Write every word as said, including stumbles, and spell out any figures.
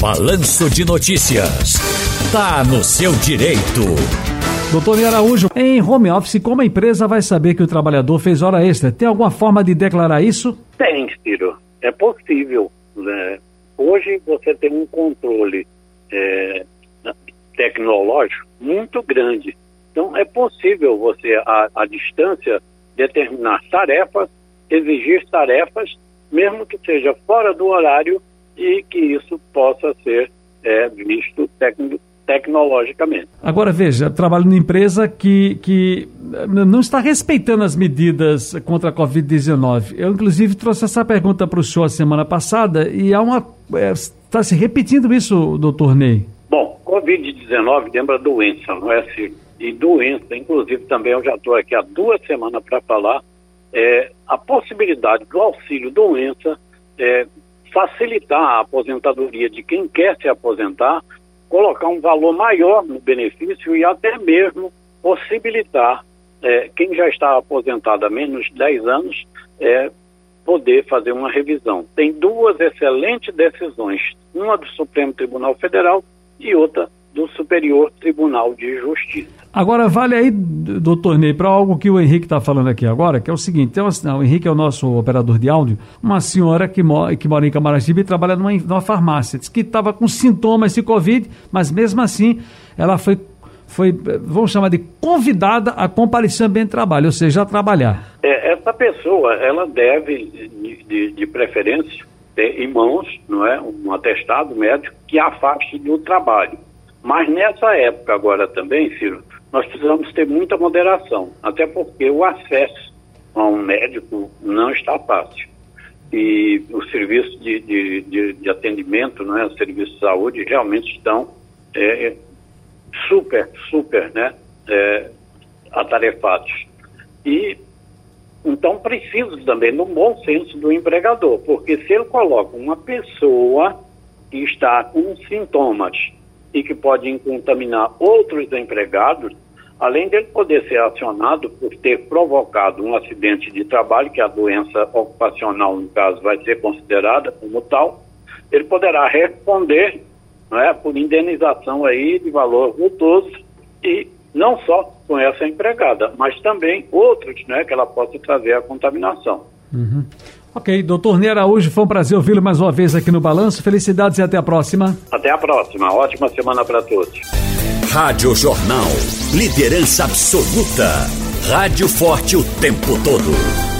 Balanço de Notícias. Tá no seu direito. Doutor Ney Araújo, em home office, como a empresa vai saber que o trabalhador fez hora extra? Tem alguma forma de declarar isso? Tem, Ciro. É possível, né? Hoje você tem um controle é, tecnológico muito grande. Então é possível você, à, à distância, determinar tarefas, exigir tarefas, mesmo que seja fora do horário, e que isso possa ser é, visto tec- tecnologicamente. Agora veja, eu trabalho numa empresa que, que não está respeitando as medidas contra a covid dezenove. Eu, inclusive, trouxe essa pergunta para o senhor a semana passada e há uma, é, está se repetindo isso, doutor Ney. Bom, covid dezenove lembra doença, não é, Ciro? E doença, inclusive, também eu já estou aqui há duas semanas para falar, é, a possibilidade do auxílio doença é, facilitar a aposentadoria de quem quer se aposentar, colocar um valor maior no benefício e até mesmo possibilitar é, quem já está aposentado há menos de dez anos é, poder fazer uma revisão. Tem duas excelentes decisões, uma do Supremo Tribunal Federal e outra do Superior Tribunal de Justiça. Agora, vale aí, doutor Ney, para algo que o Henrique está falando aqui agora, que é o seguinte, tem uma, o Henrique é o nosso operador de áudio, uma senhora que mora, que mora em Camaragibe e trabalha numa, numa farmácia, diz que estava com sintomas de Covid, mas mesmo assim ela foi, foi, vamos chamar de convidada a comparecer no ambiente de trabalho, ou seja, a trabalhar. É, essa pessoa, ela deve, de, de, de preferência, ter em mãos, não é, um atestado médico que afaste do trabalho. Mas nessa época agora também, Ciro, nós precisamos ter muita moderação, até porque o acesso a um médico não está fácil. E os serviços de, de, de, de atendimento, né, os serviços de saúde, realmente estão é, super, super né, é, atarefados. E então preciso também do bom senso do empregador, porque se ele coloca uma pessoa que está com sintomas e que pode contaminar outros empregados, além dele poder ser acionado por ter provocado um acidente de trabalho, que a doença ocupacional, no caso, vai ser considerada como tal, ele poderá responder, não é, por indenização aí de valor multoso, e não só com essa empregada, mas também outros, né, que ela possa trazer a contaminação. Uhum. Ok, doutor Ney Araújo, foi um prazer ouvi-lo mais uma vez aqui no Balanço. Felicidades e até a próxima. Até a próxima. Ótima semana para todos. Rádio Jornal. Liderança absoluta. Rádio forte o tempo todo.